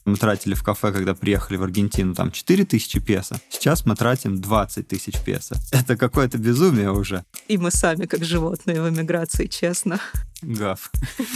Мы тратили в кафе, когда приехали в Аргентину, там 4000 песо. Сейчас мы тратим 20 тысяч песо. Это какое-то безумие уже. И мы сами как животные в эмиграции, честно. Гав.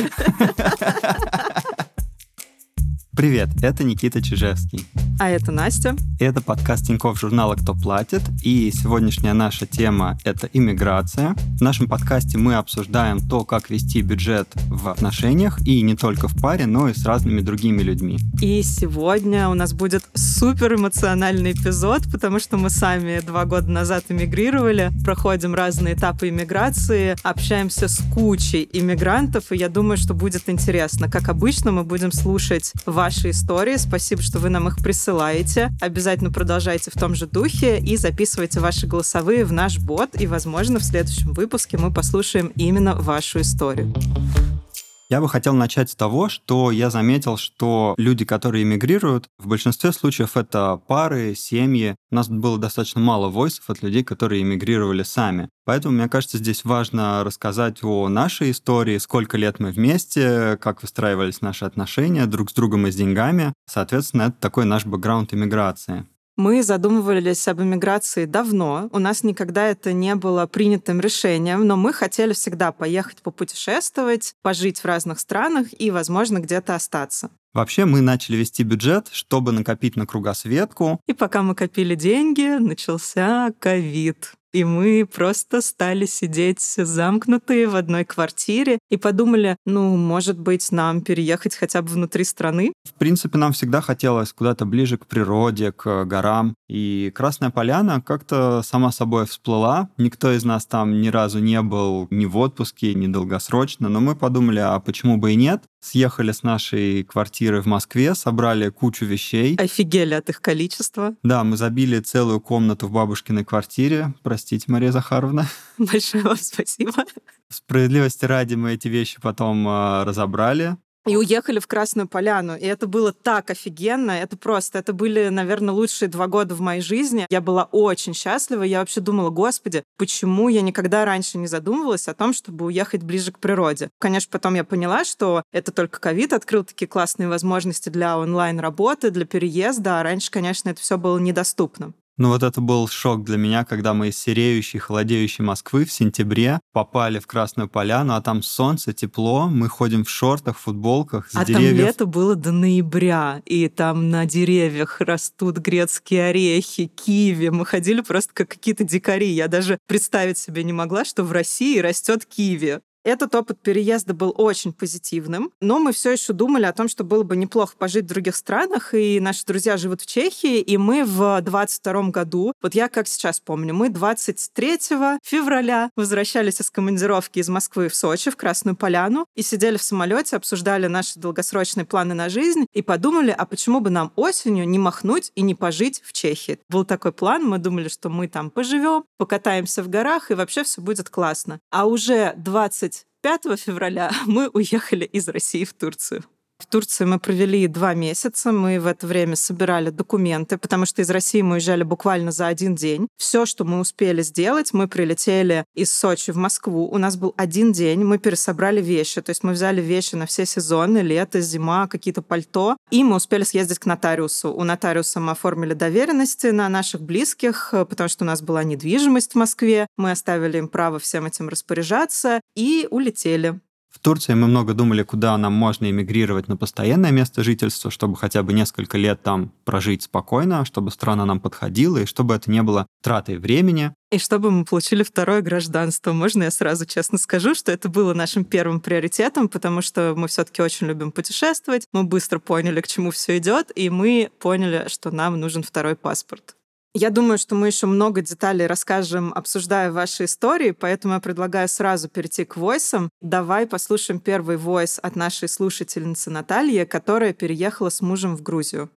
Привет, это Никита Чижевский. А это Настя. Это подкаст Тинькофф журнала «Кто платит?». И сегодняшняя наша тема — это иммиграция. В нашем подкасте мы обсуждаем то, как вести бюджет в отношениях, и не только в паре, но и с разными другими людьми. И сегодня у нас будет супер эмоциональный эпизод, потому что мы сами 2 года назад эмигрировали, проходим разные этапы иммиграции, общаемся с кучей иммигрантов, и я думаю, что будет интересно. Как обычно, мы будем слушать ваши истории. Спасибо, что вы нам их присылаете. Обязательно продолжайте в том же духе и записывайте ваши голосовые в наш бот, и, возможно, в следующем выпуске мы послушаем именно вашу историю. Я бы хотел начать с того, что я заметил, что люди, которые эмигрируют, в большинстве случаев это пары, семьи. У нас было достаточно мало войсов от людей, которые эмигрировали сами. Поэтому, мне кажется, здесь важно рассказать о нашей истории, сколько лет мы вместе, как выстраивались наши отношения друг с другом и с деньгами. Соответственно, это такой наш бэкграунд эмиграции. Мы задумывались об эмиграции давно. У нас никогда это не было принятым решением, но мы хотели всегда поехать попутешествовать, пожить в разных странах и, возможно, где-то остаться. Вообще, мы начали вести бюджет, чтобы накопить на кругосветку. И пока мы копили деньги, начался ковид. И мы просто стали сидеть замкнутые в одной квартире и подумали, может быть, нам переехать хотя бы внутри страны. В принципе, нам всегда хотелось куда-то ближе к природе, к горам. И Красная Поляна как-то сама собой всплыла. Никто из нас там ни разу не был ни в отпуске, ни долгосрочно. Но мы подумали, а почему бы и нет? Съехали с нашей квартиры в Москве, собрали кучу вещей. Офигели от их количества. Да, мы забили целую комнату в бабушкиной квартире. Простите, Мария Захаровна. Большое вам спасибо. Справедливости ради мы эти вещи потом разобрали. И уехали в Красную Поляну. И это было так офигенно. Это были, наверное, лучшие 2 года в моей жизни. Я была очень счастлива. Я вообще думала, господи, почему я никогда раньше не задумывалась о том, чтобы уехать ближе к природе. Конечно, потом я поняла, что это только ковид открыл такие классные возможности для онлайн-работы, для переезда. А раньше, конечно, это все было недоступно. Это был шок для меня, когда мы из сереющей, холодеющей Москвы в сентябре попали в Красную Поляну, а там солнце, тепло, мы ходим в шортах, футболках, с деревьев. Там лето было до ноября, и там на деревьях растут грецкие орехи, киви. Мы ходили просто как какие-то дикари. Я даже представить себе не могла, что в России растет киви. Этот опыт переезда был очень позитивным, но мы все еще думали о том, что было бы неплохо пожить в других странах, и наши друзья живут в Чехии, и мы в 22 году, я как сейчас помню, мы 23 февраля возвращались из командировки из Москвы в Сочи, в Красную Поляну, и сидели в самолете, обсуждали наши долгосрочные планы на жизнь, и подумали, а почему бы нам осенью не махнуть и не пожить в Чехии. Был такой план, мы думали, что мы там поживем, покатаемся в горах, и вообще все будет классно. А уже 25 февраля мы уехали из России в Турцию. В Турции мы провели 2 месяца. Мы в это время собирали документы, потому что из России мы уезжали буквально за 1 день. Все, что мы успели сделать, мы прилетели из Сочи в Москву. У нас был 1 день, мы пересобрали вещи. То есть мы взяли вещи на все сезоны, лето, зима, какие-то пальто. И мы успели съездить к нотариусу. У нотариуса мы оформили доверенности на наших близких, потому что у нас была недвижимость в Москве. Мы оставили им право всем этим распоряжаться и улетели. В Турции мы много думали, куда нам можно эмигрировать на постоянное место жительства, чтобы хотя бы несколько лет там прожить спокойно, чтобы страна нам подходила, и чтобы это не было тратой времени. И чтобы мы получили 2-е гражданство. Можно я сразу честно скажу, что это было нашим первым приоритетом, потому что мы все-таки очень любим путешествовать. Мы быстро поняли, к чему все идет, и мы поняли, что нам нужен 2-й паспорт. Я думаю, что мы еще много деталей расскажем, обсуждая ваши истории, поэтому я предлагаю сразу перейти к войсам. Давай послушаем первый войс от нашей слушательницы Натальи, которая переехала с мужем в Грузию.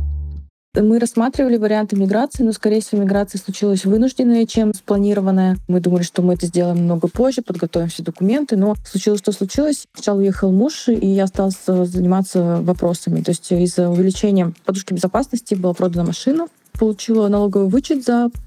Мы рассматривали варианты миграции, но, скорее всего, миграция случилась вынужденная, чем спланированная. Мы думали, что мы это сделаем много позже, подготовим все документы, но случилось, что случилось. Сначала уехал муж, и я осталась заниматься вопросами. То есть из-за увеличения подушки безопасности была продана машина, получила налоговый вычет за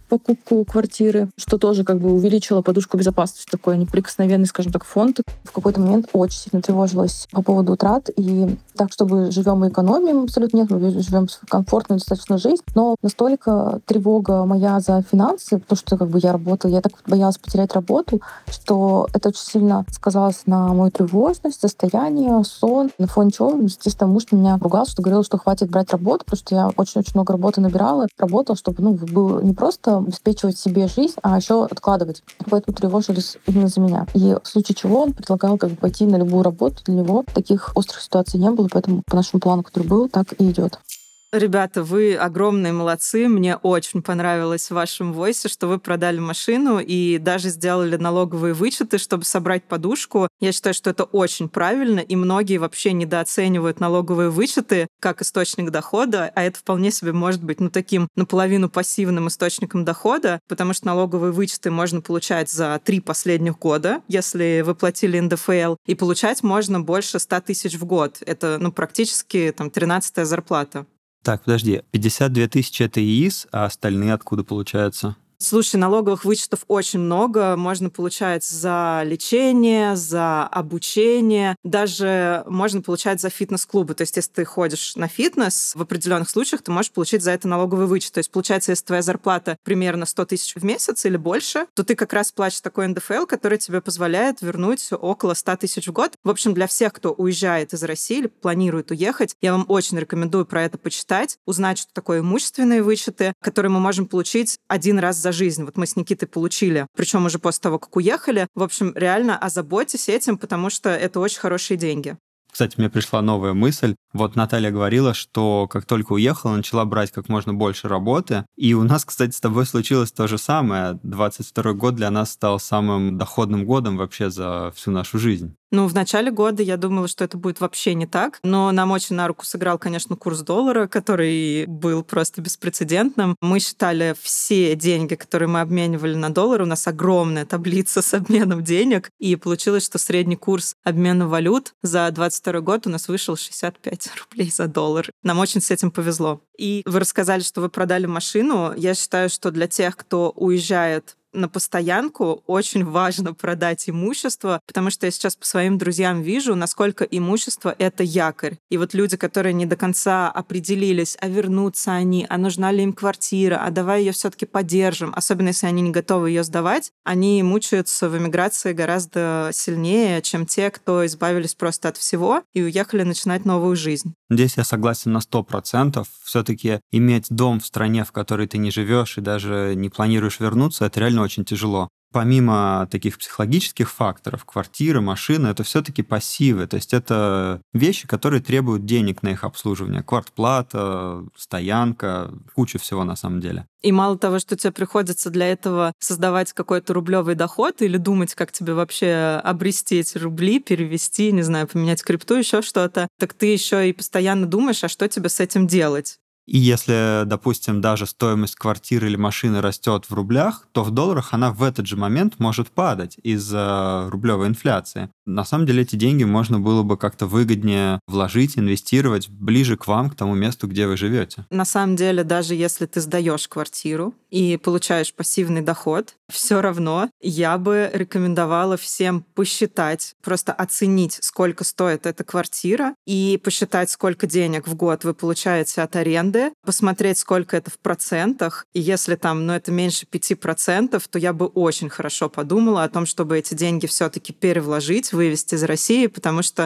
покупку квартиры, что тоже как бы увеличило подушку безопасности, такой неприкосновенный, скажем так, фонд. В какой-то момент очень сильно тревожилась по поводу утрат. И так, чтобы живем и экономим, абсолютно нет, мы живем комфортную достаточно жизнь. Но настолько тревога моя за финансы, потому что как бы я работала, я так боялась потерять работу, что это очень сильно сказалось на мою тревожность, состояние, сон. На фоне чего, естественно, муж меня ругал, что говорил, что хватит брать работу, потому что я очень-очень много работы набирала, работала, чтобы было не просто обеспечивать себе жизнь, а еще откладывать. Поэтому тревожились именно за меня. И в случае чего он предлагал как бы пойти на любую работу. Для него таких острых ситуаций не было, поэтому по нашему плану, который был, так и идет. Ребята, вы огромные молодцы. Мне очень понравилось в вашем войсе, что вы продали машину и даже сделали налоговые вычеты, чтобы собрать подушку. Я считаю, что это очень правильно, и многие вообще недооценивают налоговые вычеты как источник дохода, а это вполне себе может быть таким наполовину пассивным источником дохода, потому что налоговые вычеты можно получать за 3 последних года, если вы платили НДФЛ, и получать можно больше 100 тысяч в год. Это практически 13-я зарплата. Так, подожди, 52 тысячи — это ИИС, а остальные откуда получаются? Слушай, налоговых вычетов очень много. Можно получать за лечение, за обучение, даже можно получать за фитнес-клубы. То есть, если ты ходишь на фитнес, в определенных случаях ты можешь получить за это налоговый вычет. То есть, получается, если твоя зарплата примерно 100 тысяч в месяц или больше, то ты как раз платишь такой НДФЛ, который тебе позволяет вернуть около 100 тысяч в год. В общем, для всех, кто уезжает из России или планирует уехать, я вам очень рекомендую про это почитать, узнать, что такое имущественные вычеты, которые мы можем получить один раз за жизнь. Вот мы с Никитой получили, причем уже после того, как уехали. В общем, реально озаботьтесь этим, потому что это очень хорошие деньги. Кстати, мне пришла новая мысль. Вот Наталья говорила, что как только уехала, начала брать как можно больше работы. И у нас, кстати, с тобой случилось то же самое. 22-й год для нас стал самым доходным годом вообще за всю нашу жизнь. В начале года я думала, что это будет вообще не так, но нам очень на руку сыграл, конечно, курс доллара, который был просто беспрецедентным. Мы считали все деньги, которые мы обменивали на доллар. У нас огромная таблица с обменом денег, и получилось, что средний курс обмена валют за 22 год у нас вышел 65 рублей за доллар. Нам очень с этим повезло. И вы рассказали, что вы продали машину. Я считаю, что для тех, кто уезжает на постоянку, очень важно продать имущество, потому что я сейчас по своим друзьям вижу, насколько имущество — это якорь. И вот люди, которые не до конца определились, а вернутся они, а нужна ли им квартира, а давай ее все-таки поддержим, особенно если они не готовы ее сдавать, они мучаются в эмиграции гораздо сильнее, чем те, кто избавились просто от всего и уехали начинать новую жизнь. Здесь я согласен на 100%. Все-таки иметь дом в стране, в которой ты не живешь и даже не планируешь вернуться, это реально очень тяжело. Помимо таких психологических факторов, квартиры, машины, это все-таки пассивы. То есть это вещи, которые требуют денег на их обслуживание. Квартплата, стоянка, куча всего на самом деле. И мало того, что тебе приходится для этого создавать какой-то рублевый доход или думать, как тебе вообще обрести эти рубли, перевести, не знаю, поменять крипту, еще что-то, так ты еще и постоянно думаешь, а что тебе с этим делать? И если, допустим, даже стоимость квартиры или машины растет в рублях, то в долларах она в этот же момент может падать из-за рублевой инфляции. На самом деле эти деньги можно было бы как-то выгоднее вложить, инвестировать ближе к вам, к тому месту, где вы живете. На самом деле, даже если ты сдаешь квартиру и получаешь пассивный доход, все равно я бы рекомендовала всем посчитать, просто оценить, сколько стоит эта квартира, и посчитать, сколько денег в год вы получаете от аренды, посмотреть, сколько это в процентах. И если там, это меньше 5%, то я бы очень хорошо подумала о том, чтобы эти деньги все-таки перевложить, вывести из России, потому что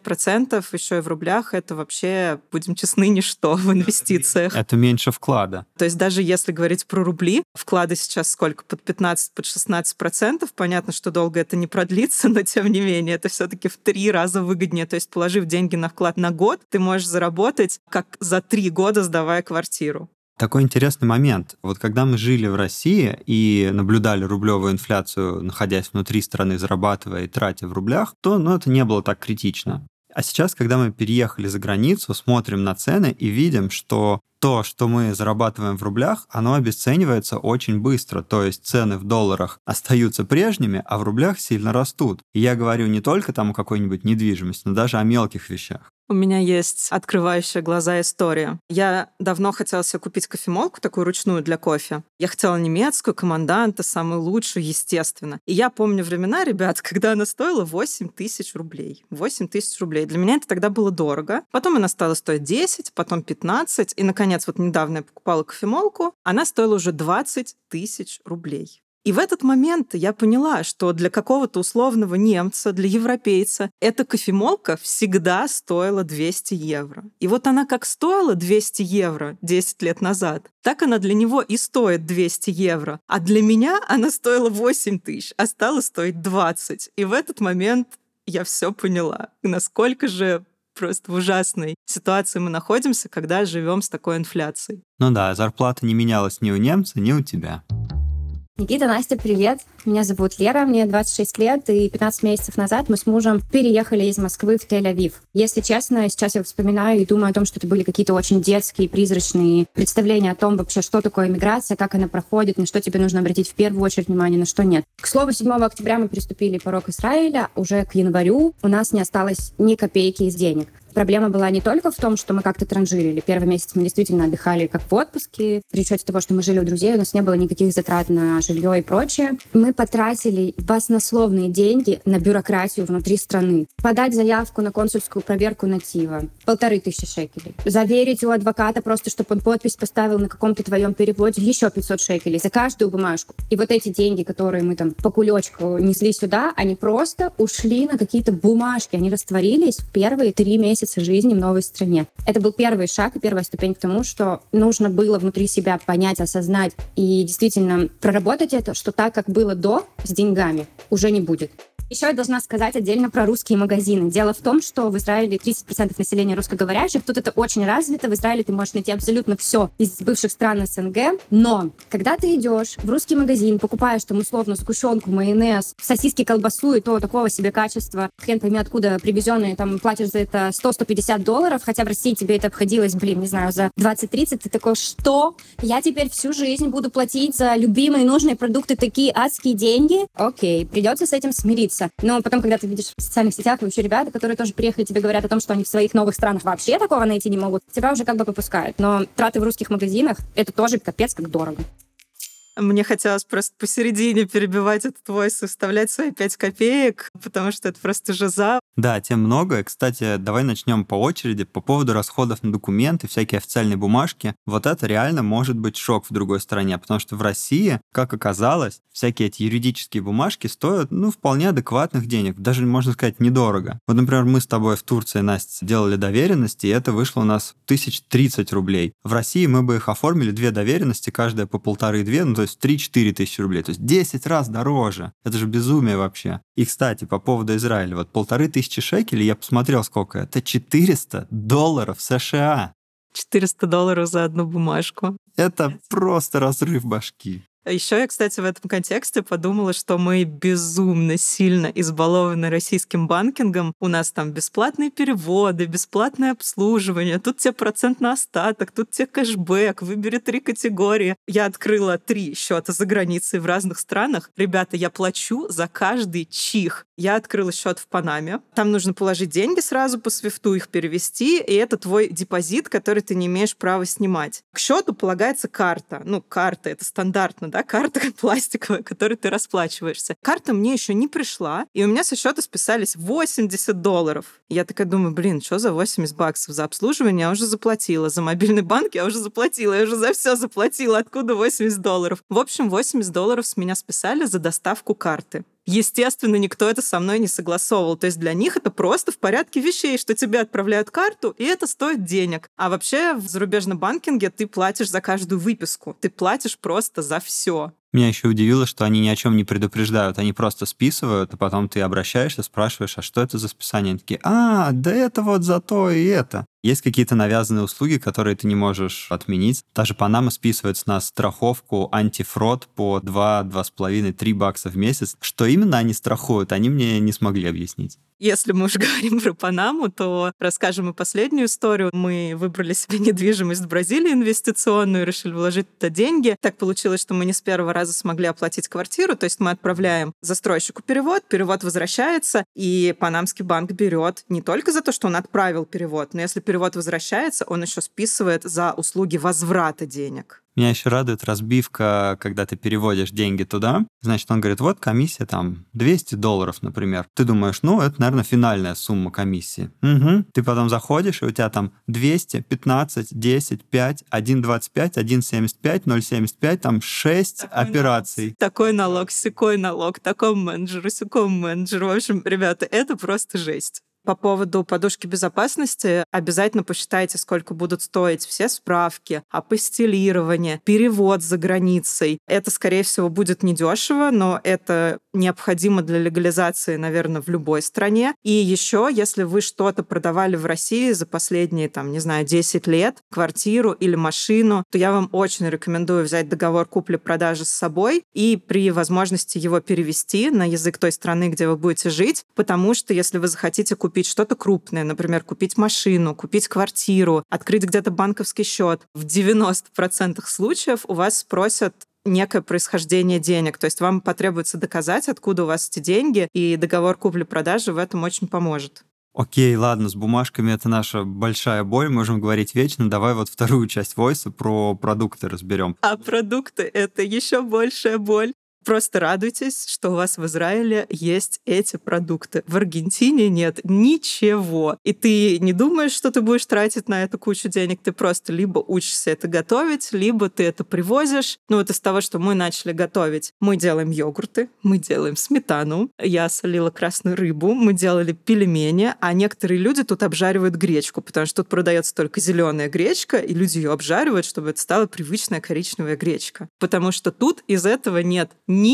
5% еще и в рублях — это вообще, будем честны, ничто в инвестициях. Это меньше вклада. То есть даже если говорить про рубли, вклады сейчас сколько? Под 15, под 16%. Понятно, что долго это не продлится, но тем не менее это все-таки в 3 раза выгоднее. То есть положив деньги на вклад на год, ты можешь заработать как за 3 года, сдавая квартиру. Такой интересный момент. Вот когда мы жили в России и наблюдали рублевую инфляцию, находясь внутри страны, зарабатывая и тратя в рублях, то это не было так критично. А сейчас, когда мы переехали за границу, смотрим на цены и видим, что то, что мы зарабатываем в рублях, оно обесценивается очень быстро. То есть цены в долларах остаются прежними, а в рублях сильно растут. И я говорю не только там о какой-нибудь недвижимости, но даже о мелких вещах. У меня есть открывающая глаза история. Я давно хотела себе купить кофемолку, такую ручную для кофе. Я хотела немецкую, команданта, самую лучшую, естественно. И я помню времена, ребят, когда она стоила 8 тысяч рублей. 8 тысяч рублей. Для меня это тогда было дорого. Потом она стала стоить 10, потом 15. И, наконец, вот недавно я покупала кофемолку. Она стоила уже 20 тысяч рублей. И в этот момент я поняла, что для какого-то условного немца, для европейца, эта кофемолка всегда стоила 200 евро. И вот она как стоила 200 евро 10 лет назад, так она для него и стоит 200 евро. А для меня она стоила 8 тысяч, а стала стоить 20. И в этот момент я все поняла, насколько же просто в ужасной ситуации мы находимся, когда живем с такой инфляцией. Ну да, зарплата не менялась ни у немца, ни у тебя. Никита, Настя, привет. Меня зовут Лера, мне 26 лет, и 15 месяцев назад мы с мужем переехали из Москвы в Тель-Авив. Если честно, сейчас я вспоминаю и думаю о том, что это были какие-то очень детские, призрачные представления о том вообще, что такое миграция, как она проходит, на что тебе нужно обратить в первую очередь внимание, на что нет. К слову, 7 октября мы переступили порог Израиля, уже к январю у нас не осталось ни копейки из денег. Проблема была не только в том, что мы как-то транжирили. Первый месяц мы действительно отдыхали как в отпуске. При учете того, что мы жили у друзей, у нас не было никаких затрат на жилье и прочее. Мы потратили баснословные деньги на бюрократию внутри страны. Подать заявку на консульскую проверку натива — 1500 шекелей. Заверить у адвоката просто, чтобы он подпись поставил на каком-то твоем переводе — еще 500 шекелей за каждую бумажку. И вот эти деньги, которые мы там по кулечку несли сюда, они просто ушли на какие-то бумажки. Они растворились в первые 3 месяца жизни в новой стране. Это был первый шаг и первая ступень к тому, что нужно было внутри себя понять, осознать и действительно проработать это, что так, как было до, с деньгами, уже не будет. Еще я должна сказать отдельно про русские магазины. Дело в том, что в Израиле 30% населения русскоговорящих. Тут это очень развито. В Израиле ты можешь найти абсолютно все из бывших стран СНГ. Но когда ты идешь в русский магазин, покупаешь там условно сгущенку, майонез, сосиски, колбасу и то такого себе качества, хрен пойми откуда привезенные, там платишь за это $100-150, хотя в России тебе это обходилось, не знаю, за 20-30, ты такой, что? Я теперь всю жизнь буду платить за любимые нужные продукты такие адские деньги? Окей, придется с этим смириться. Но потом, когда ты видишь в социальных сетях вообще ребята, которые тоже приехали, тебе говорят о том, что они в своих новых странах вообще такого найти не могут, тебя уже как бы попускают. Но траты в русских магазинах — это тоже капец как дорого. Мне хотелось просто посередине перебивать этот войс и вставлять свои 5 копеек, потому что это просто жиза. Да, тем много. Кстати, давай начнем по очереди. По поводу расходов на документы, всякие официальные бумажки. Вот это реально может быть шок в другой стране, потому что в России, как оказалось, всякие эти юридические бумажки стоят, вполне адекватных денег. Даже, можно сказать, недорого. Вот, например, мы с тобой в Турции, Настя, делали доверенности, и это вышло у нас 1030 рублей. В России мы бы их оформили 2 доверенности, каждая по 1500-2, то есть 3-4 тысячи рублей. То есть 10 раз дороже. Это же безумие вообще. И, кстати, по поводу Израиля. Вот 1500 шекелей, я посмотрел, сколько это. $400 США. $400 за одну бумажку. Это просто разрыв башки. Еще я, кстати, в этом контексте подумала, что мы безумно сильно избалованы российским банкингом. У нас там бесплатные переводы, бесплатное обслуживание, тут тебе процент на остаток, тут тебе кэшбэк, выбери 3 категории. Я открыла 3 счета за границей в разных странах. Ребята, я плачу за каждый чих. Я открыла счет в Панаме. Там нужно положить деньги сразу по свифту, их перевести, и это твой депозит, который ты не имеешь права снимать. К счету полагается карта. Карта — это стандартно, да, карта пластиковая, которой ты расплачиваешься. Карта мне еще не пришла, и у меня со счета списались $80. Я такая думаю, что за $80 за обслуживание я уже заплатила, за мобильный банк я уже заплатила, я уже за все заплатила, откуда $80? В общем, $80 с меня списали за доставку карты. Естественно, никто это со мной не согласовывал. То есть для них это просто в порядке вещей, что тебе отправляют карту, и это стоит денег. А вообще в зарубежном банкинге ты платишь за каждую выписку. Ты платишь просто за все. Меня еще удивило, что они ни о чем не предупреждают, они просто списывают, а потом ты обращаешься, спрашиваешь, а что это за списание? Они такие, да это вот за то и это. Есть какие-то навязанные услуги, которые ты не можешь отменить. Даже Панама списывает с нас страховку антифрод по 2, 2,5, 3 бакса в месяц. Что именно они страхуют, они мне не смогли объяснить. Если мы уже говорим про Панаму, то расскажем и последнюю историю. Мы выбрали себе недвижимость в Бразилии инвестиционную, решили вложить туда деньги. Так получилось, что мы не с первого раза смогли оплатить квартиру, то есть мы отправляем застройщику перевод возвращается, и панамский банк берет не только за то, что он отправил перевод, но если перевод возвращается, он еще списывает за услуги возврата денег. Меня еще радует разбивка, когда ты переводишь деньги туда. Значит, он говорит, вот комиссия там $200, например. Ты думаешь, это, наверное, финальная сумма комиссии. Угу. Ты потом заходишь, и у тебя там 200, 15, 10, 5, 1,25, 1,75, 0,75, там 6 операций. Такой налог, сякой налог, такому менеджеру, сякому менеджеру. В общем, ребята, это просто жесть. По поводу подушки безопасности обязательно посчитайте, сколько будут стоить все справки, апостилирование, перевод за границей. Это, скорее всего, будет недешево, но это необходимо для легализации, наверное, в любой стране. И еще, если вы что-то продавали в России за последние, 10 лет, квартиру или машину, то я вам очень рекомендую взять договор купли-продажи с собой и при возможности его перевести на язык той страны, где вы будете жить, потому что если вы захотите купить что-то крупное, например, купить машину, купить квартиру, открыть где-то банковский счет, в 90% случаев у вас спросят некое происхождение денег. То есть вам потребуется доказать, откуда у вас эти деньги, и договор купли-продажи в этом очень поможет. Окей, ладно, с бумажками это наша большая боль, можем говорить вечно. Давай вот вторую часть войса про продукты разберем. А продукты — это еще большая боль. Просто радуйтесь, что у вас в Израиле есть эти продукты. В Аргентине нет ничего. И ты не думаешь, что ты будешь тратить на это кучу денег. Ты просто либо учишься это готовить, либо ты это привозишь. Вот из того, что мы начали готовить. Мы делаем йогурты, мы делаем сметану. Я солила красную рыбу, мы делали пельмени, а некоторые люди тут обжаривают гречку, потому что тут продается только зеленая гречка, и люди ее обжаривают, чтобы это стала привычная коричневая гречка. Потому что тут из этого нет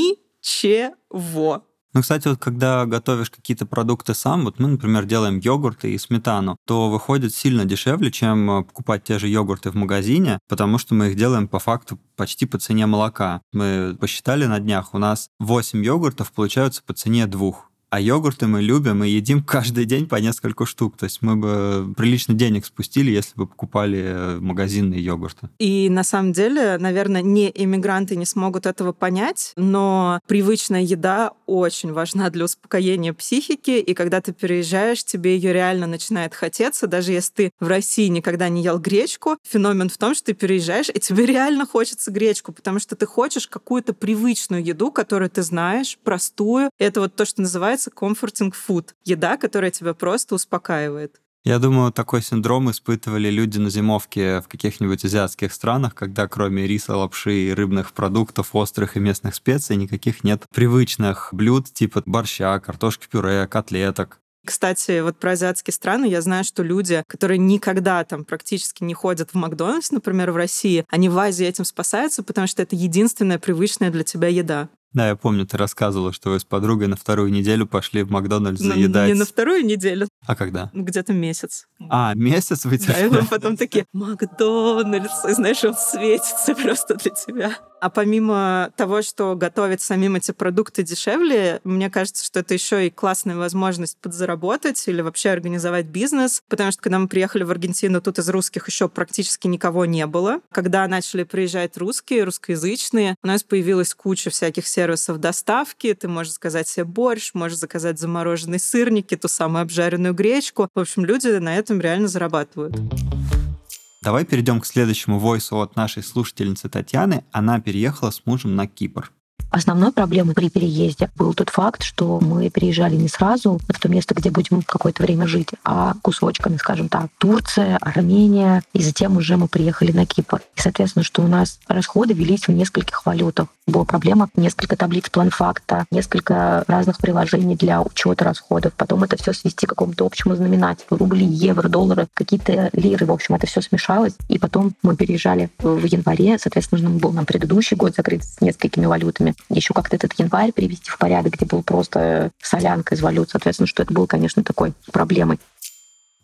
ничего. Кстати, вот когда готовишь какие-то продукты сам, вот мы, например, делаем йогурты и сметану, то выходит сильно дешевле, чем покупать те же йогурты в магазине, потому что мы их делаем по факту почти по цене молока. Мы посчитали на днях, у нас 8 йогуртов получаются по цене 2. А йогурты мы любим и едим каждый день по несколько штук. То есть мы бы прилично денег спустили, если бы покупали магазинные йогурты. И на самом деле, наверное, не иммигранты не смогут этого понять, но привычная еда очень важна для успокоения психики, и когда ты переезжаешь, тебе ее реально начинает хотеться. Даже если ты в России никогда не ел гречку, феномен в том, что ты переезжаешь, и тебе реально хочется гречку, потому что ты хочешь какую-то привычную еду, которую ты знаешь, простую. Это вот то, что называется comforting food. Еда, которая тебя просто успокаивает. Я думаю, такой синдром испытывали люди на зимовке в каких-нибудь азиатских странах, когда кроме риса, лапши и рыбных продуктов, острых и местных специй, никаких нет привычных блюд типа борща, картошки-пюре, котлеток. Кстати, вот про азиатские страны я знаю, что люди, которые никогда там практически не ходят в Макдональдс, например, в России, они в Азии этим спасаются, потому что это единственная привычная для тебя еда. Да, я помню, ты рассказывала, что вы с подругой на 2-ю неделю пошли в Макдональдс заедать. Не на 2-ю неделю. А когда? Где-то месяц. Месяц вы Да, и мы потом такие, Макдональдс, и знаешь, он светится просто для тебя. А помимо того, что готовить самим эти продукты дешевле, мне кажется, что это еще и классная возможность подзаработать или вообще организовать бизнес, потому что когда мы приехали в Аргентину, тут из русских еще практически никого не было. Когда начали приезжать русские, русскоязычные, у нас появилась куча всяких сервисов доставки. Ты можешь заказать себе борщ, можешь заказать замороженные сырники, ту самую обжаренную гречку. В общем, люди на этом реально зарабатывают. Давай перейдем к следующему войсу от нашей слушательницы Татьяны. Она переехала с мужем на Кипр. Основной проблемой при переезде был тот факт, что мы переезжали не сразу в то место, где будем какое-то время жить, а кусочками, скажем так. Турция, Армения, и затем уже мы приехали на Кипр. И, соответственно, что у нас расходы велись в нескольких валютах. Была проблема, несколько таблиц план-факта, несколько разных приложений для учета расходов. Потом это все свести к какому-то общему знаменателю. Рубли, евро, доллары, какие-то лиры. В общем, это все смешалось. И потом мы переезжали в январе. Соответственно, нужно было нам предыдущий год закрыть с несколькими валютами. Еще как-то этот январь привести в порядок, где был просто солянка из валют. Соответственно, что это было, конечно, такой проблемой.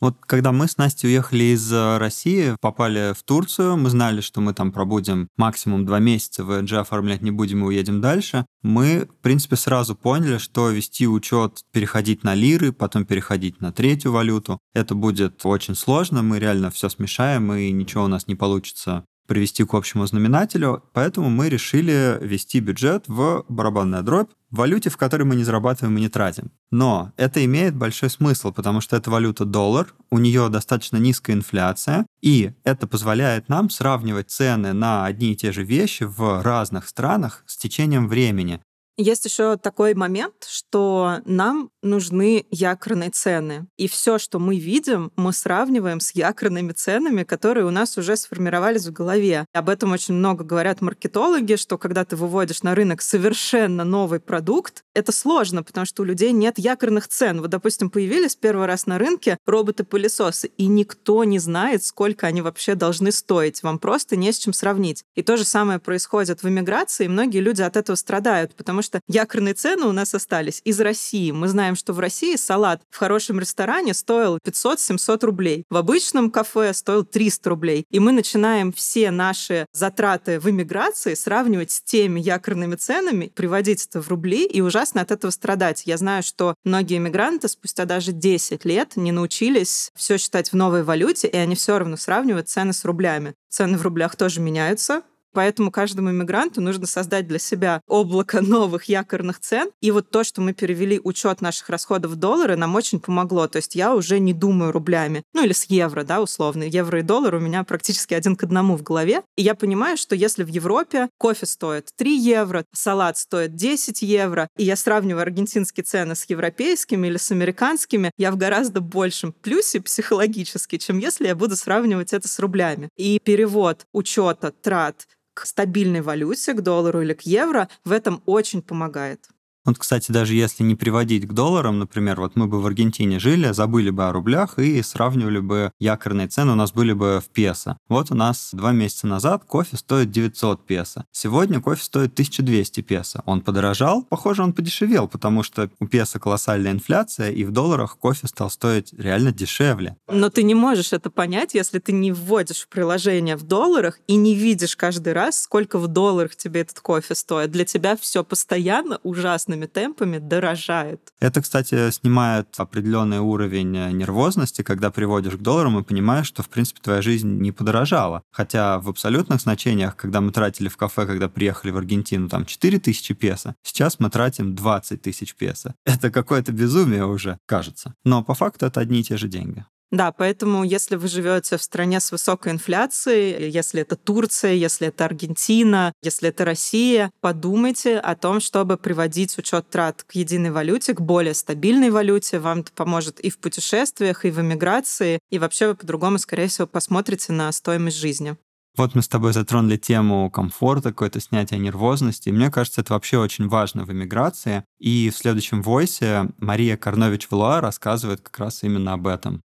Вот когда мы с Настей уехали из России, попали в Турцию, мы знали, что мы там пробудем максимум 2 месяца, ВНЖ оформлять не будем и уедем дальше. Мы, в принципе, сразу поняли, что вести учет, переходить на лиры, потом переходить на третью валюту, это будет очень сложно, мы реально все смешаем, и ничего у нас не получится привести к общему знаменателю, поэтому мы решили вести бюджет в барабанная дробь, в валюте, в которой мы не зарабатываем и не тратим. Но это имеет большой смысл, потому что это валюта доллар, у нее достаточно низкая инфляция, и это позволяет нам сравнивать цены на одни и те же вещи в разных странах с течением времени. Есть еще такой момент, что нам нужны якорные цены. И все, что мы видим, мы сравниваем с якорными ценами, которые у нас уже сформировались в голове. Об этом очень много говорят маркетологи, что когда ты выводишь на рынок совершенно новый продукт, это сложно, потому что у людей нет якорных цен. Вот, допустим, появились первый раз на рынке роботы-пылесосы, и никто не знает, сколько они вообще должны стоить. Вам просто не с чем сравнить. И то же самое происходит в эмиграции, и многие люди от этого страдают, потому что якорные цены у нас остались из России. Мы знаем, что в России салат в хорошем ресторане стоил 500-700 рублей. В обычном кафе стоил 300 рублей. И мы начинаем все наши затраты в эмиграции сравнивать с теми якорными ценами, приводить это в рубли и ужасно от этого страдать. Я знаю, что многие эмигранты спустя даже 10 лет не научились все считать в новой валюте, и они все равно сравнивают цены с рублями. Цены в рублях тоже меняются. Поэтому каждому иммигранту нужно создать для себя облако новых якорных цен. И вот то, что мы перевели учет наших расходов в доллары, нам очень помогло. То есть я уже не думаю рублями. Ну или с евро, да, условно. Евро и доллар у меня практически 1 к 1 в голове. И я понимаю, что если в Европе кофе стоит 3 евро, салат стоит 10 евро, и я сравниваю аргентинские цены с европейскими или с американскими, я в гораздо большем плюсе психологически, чем если я буду сравнивать это с рублями. И перевод учета трат к стабильной валюте, к доллару или к евро, в этом очень помогает. Вот, кстати, даже если не приводить к долларам, например, вот мы бы в Аргентине жили, забыли бы о рублях и сравнивали бы якорные цены, у нас были бы в песо. Вот у нас 2 месяца назад кофе стоит 900 песо. Сегодня кофе стоит 1200 песо. Он подорожал? Похоже, он подешевел, потому что у песо колоссальная инфляция, и в долларах кофе стал стоить реально дешевле. Но ты не можешь это понять, если ты не вводишь в приложение в долларах и не видишь каждый раз, сколько в долларах тебе этот кофе стоит. Для тебя все постоянно ужасно темпами дорожает. Это, кстати, снимает определенный уровень нервозности, когда приводишь к долларам и понимаешь, что, в принципе, твоя жизнь не подорожала. Хотя в абсолютных значениях, когда мы тратили в кафе, когда приехали в Аргентину, там 4000 песо, сейчас мы тратим 20 тысяч песо. Это какое-то безумие уже, кажется. Но по факту это одни и те же деньги. Да, поэтому если вы живете в стране с высокой инфляцией, если это Турция, если это Аргентина, если это Россия, подумайте о том, чтобы приводить учет трат к единой валюте, к более стабильной валюте. Вам это поможет и в путешествиях, и в эмиграции, и вообще вы по-другому, скорее всего, посмотрите на стоимость жизни. Вот мы с тобой затронули тему комфорта, какое-то снятие нервозности. Мне кажется, это вообще очень важно в эмиграции. И в следующем войсе Мария Карнович-Валуа рассказывает как раз именно об этом.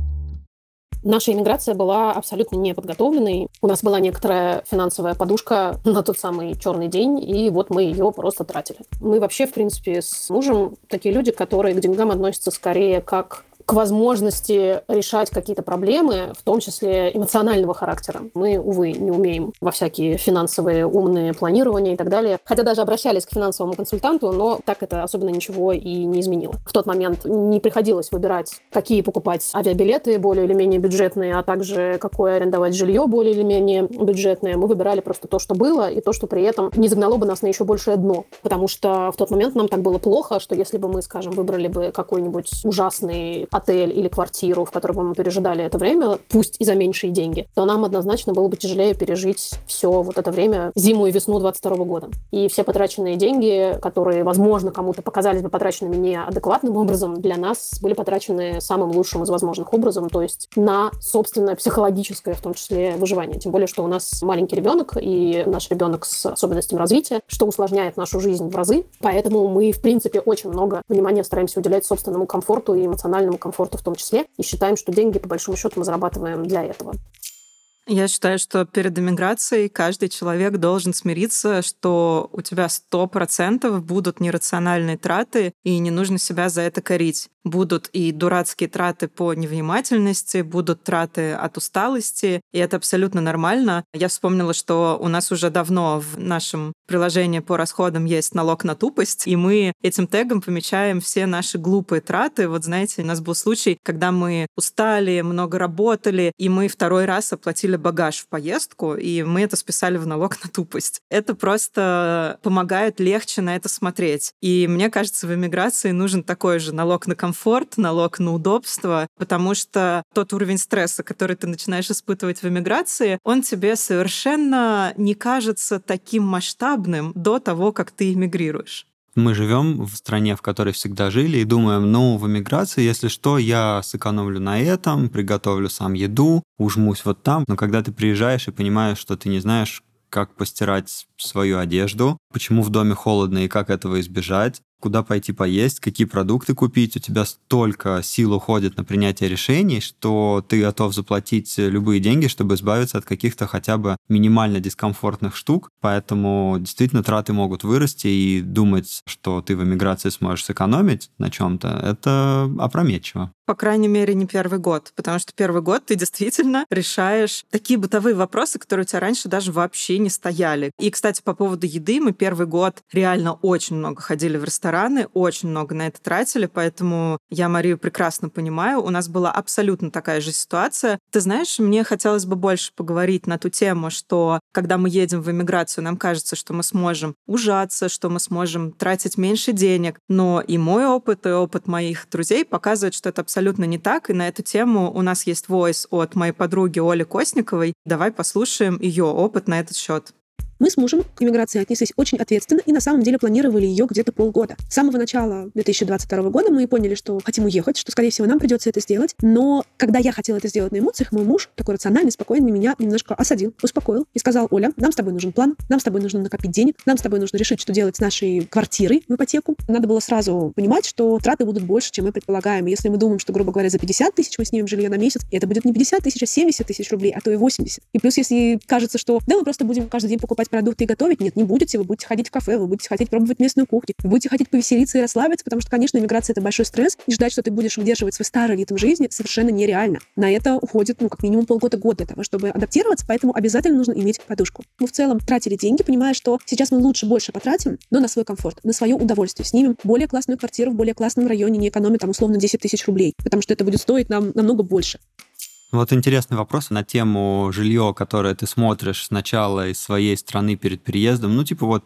Наша иммиграция была абсолютно неподготовленной. У нас была некоторая финансовая подушка на тот самый черный день, и вот мы ее просто тратили. Мы вообще, в принципе, с мужем такие люди, которые к деньгам относятся скорее как к возможности решать какие-то проблемы, в том числе эмоционального характера. Мы, увы, не умеем во всякие финансовые умные планирования и так далее. Хотя даже обращались к финансовому консультанту, но так это особенно ничего и не изменило. В тот момент не приходилось выбирать, какие покупать авиабилеты более или менее бюджетные, а также какое арендовать жилье более или менее бюджетное. Мы выбирали просто то, что было, и то, что при этом не загнало бы нас на еще большее дно. Потому что в тот момент нам так было плохо, что если бы мы, скажем, выбрали бы какой-нибудь ужасный отель или квартиру, в которой бы мы пережидали это время, пусть и за меньшие деньги, то нам однозначно было бы тяжелее пережить все вот это время, зиму и весну 22 года. И все потраченные деньги, которые, возможно, кому-то показались бы потраченными неадекватным образом, для нас были потрачены самым лучшим из возможных образом, то есть на собственное психологическое, в том числе, выживание. Тем более, что у нас маленький ребенок, и наш ребенок с особенностями развития, что усложняет нашу жизнь в разы. Поэтому мы, в принципе, очень много внимания стараемся уделять собственному комфорту и эмоциональному комфорту в том числе, и считаем, что деньги, по большому счету, мы зарабатываем для этого. Я считаю, что перед эмиграцией каждый человек должен смириться, что у тебя 100% будут нерациональные траты, и не нужно себя за это корить. Будут и дурацкие траты по невнимательности, будут траты от усталости, и это абсолютно нормально. Я вспомнила, что у нас уже давно в нашем приложении по расходам есть налог на тупость, и мы этим тегом помечаем все наши глупые траты. Вот знаете, у нас был случай, когда мы устали, много работали, и мы второй раз оплатили багаж в поездку, и мы это списали в налог на тупость. Это просто помогает легче на это смотреть. И мне кажется, в эмиграции нужен такой же налог на комфорт, налог на удобство, потому что тот уровень стресса, который ты начинаешь испытывать в эмиграции, он тебе совершенно не кажется таким масштабным до того, как ты эмигрируешь. Мы живем в стране, в которой всегда жили, и думаем, ну, в эмиграции, если что, я сэкономлю на этом, приготовлю сам еду, ужмусь вот там. Но когда ты приезжаешь и понимаешь, что ты не знаешь, как постирать свою одежду, почему в доме холодно и как этого избежать, куда пойти поесть, какие продукты купить. У тебя столько сил уходит на принятие решений, что ты готов заплатить любые деньги, чтобы избавиться от каких-то хотя бы минимально дискомфортных штук. Поэтому действительно траты могут вырасти, и думать, что ты в эмиграции сможешь сэкономить на чем-то, это опрометчиво. По крайней мере, не первый год, потому что первый год ты действительно решаешь такие бытовые вопросы, которые у тебя раньше даже вообще не стояли. И, кстати, по поводу еды, мы первый год реально очень много ходили в рестораны, очень много на это тратили, поэтому я Марию прекрасно понимаю. У нас была абсолютно такая же ситуация. Ты знаешь, мне хотелось бы больше поговорить на ту тему, что когда мы едем в эмиграцию, нам кажется, что мы сможем ужаться, что мы сможем тратить меньше денег, но и мой опыт, и опыт моих друзей показывает, что это абсолютно не так, и на эту тему у нас есть войс от моей подруги Оли Косниковой. Давай послушаем ее опыт на этот счет. Мы с мужем к иммиграции отнеслись очень ответственно и на самом деле планировали ее где-то полгода. С самого начала 2022 года мы поняли, что хотим уехать, что, скорее всего, нам придется это сделать. Но когда я хотела это сделать на эмоциях, мой муж, такой рациональный, спокойный, меня немножко осадил, успокоил и сказал: Оля, нам с тобой нужен план, нам с тобой нужно накопить денег, нам с тобой нужно решить, что делать с нашей квартирой в ипотеку. Надо было сразу понимать, что траты будут больше, чем мы предполагаем. И если мы думаем, что, грубо говоря, за 50 тысяч мы снимем жилье на месяц, это будет не 50 тысяч, а 70 тысяч рублей, а то и 80. И плюс, если кажется, что да, мы просто будем каждый день покупать продукты и готовить, нет, не будете, вы будете ходить в кафе, вы будете хотеть пробовать местную кухню, вы будете хотеть повеселиться и расслабиться, потому что, конечно, иммиграция — это большой стресс, и ждать, что ты будешь выдерживать свой старый ритм жизни, совершенно нереально. На это уходит, как минимум полгода-год для того, чтобы адаптироваться, поэтому обязательно нужно иметь подушку. Мы в целом тратили деньги, понимая, что сейчас мы лучше больше потратим, но на свой комфорт, на свое удовольствие. Снимем более классную квартиру в более классном районе, не экономя там условно 10 тысяч рублей, потому что это будет стоить нам намного больше. Вот интересный вопрос на тему жилье, которое ты смотришь сначала из своей страны перед переездом.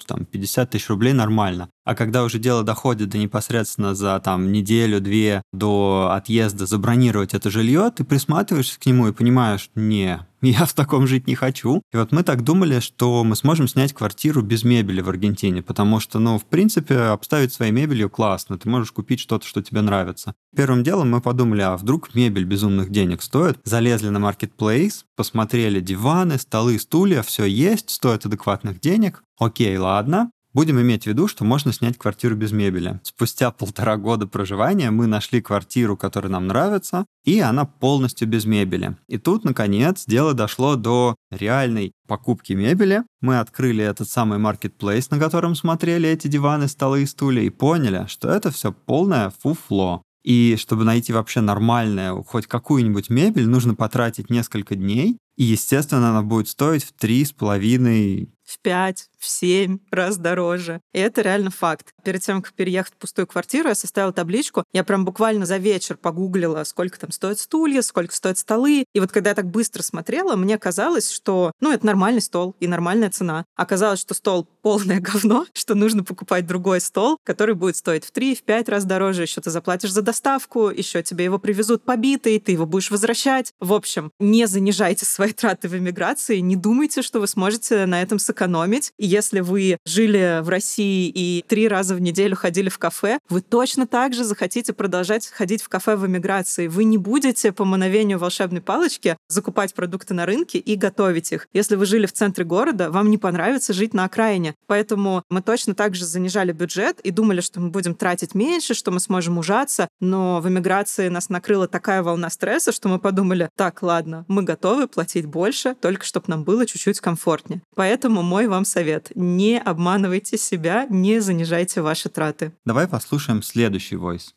50 тысяч рублей нормально. А когда уже дело доходит до непосредственно за неделю-две до отъезда забронировать это жилье, ты присматриваешься к нему и понимаешь, я в таком жить не хочу. И вот мы так думали, что мы сможем снять квартиру без мебели в Аргентине, потому что, в принципе, обставить своей мебелью классно, ты можешь купить что-то, что тебе нравится. Первым делом мы подумали, а вдруг мебель безумных денег стоит? Залезли на Marketplace, посмотрели диваны, столы, стулья, все есть, стоит адекватных денег. Окей, ладно. Будем иметь в виду, что можно снять квартиру без мебели. Спустя 1,5 года проживания мы нашли квартиру, которая нам нравится, и она полностью без мебели. И тут, наконец, дело дошло до реальной покупки мебели. Мы открыли этот самый Marketplace, на котором смотрели эти диваны, столы и стулья, и поняли, что это все полное фуфло. И чтобы найти вообще нормальную, хоть какую-нибудь мебель, нужно потратить несколько дней, и, естественно, она будет стоить в 3,5... В 5, в 7 раз дороже. И это реально факт. Перед тем, как переехать в пустую квартиру, я составила табличку. Я прям буквально за вечер погуглила, сколько там стоят стулья, сколько стоят столы. И вот когда я так быстро смотрела, мне казалось, что, это нормальный стол и нормальная цена. Оказалось, что стол полное говно, что нужно покупать другой стол, который будет стоить в 3, в 5 раз дороже. Еще ты заплатишь за доставку, еще тебе его привезут побитый, ты его будешь возвращать. В общем, не занижайте свои траты в эмиграции, не думайте, что вы сможете на этом сэкономить. экономить. И если вы жили в России и 3 раза в неделю ходили в кафе, вы точно так же захотите продолжать ходить в кафе в эмиграции. Вы не будете по мановению волшебной палочки закупать продукты на рынке и готовить их. Если вы жили в центре города, вам не понравится жить на окраине. Поэтому мы точно так же занижали бюджет и думали, что мы будем тратить меньше, что мы сможем ужаться. Но в эмиграции нас накрыла такая волна стресса, что мы подумали: так, ладно, мы готовы платить больше, только чтобы нам было чуть-чуть комфортнее. Поэтому мой вам совет: не обманывайте себя, не занижайте ваши траты. Давай послушаем следующий войс.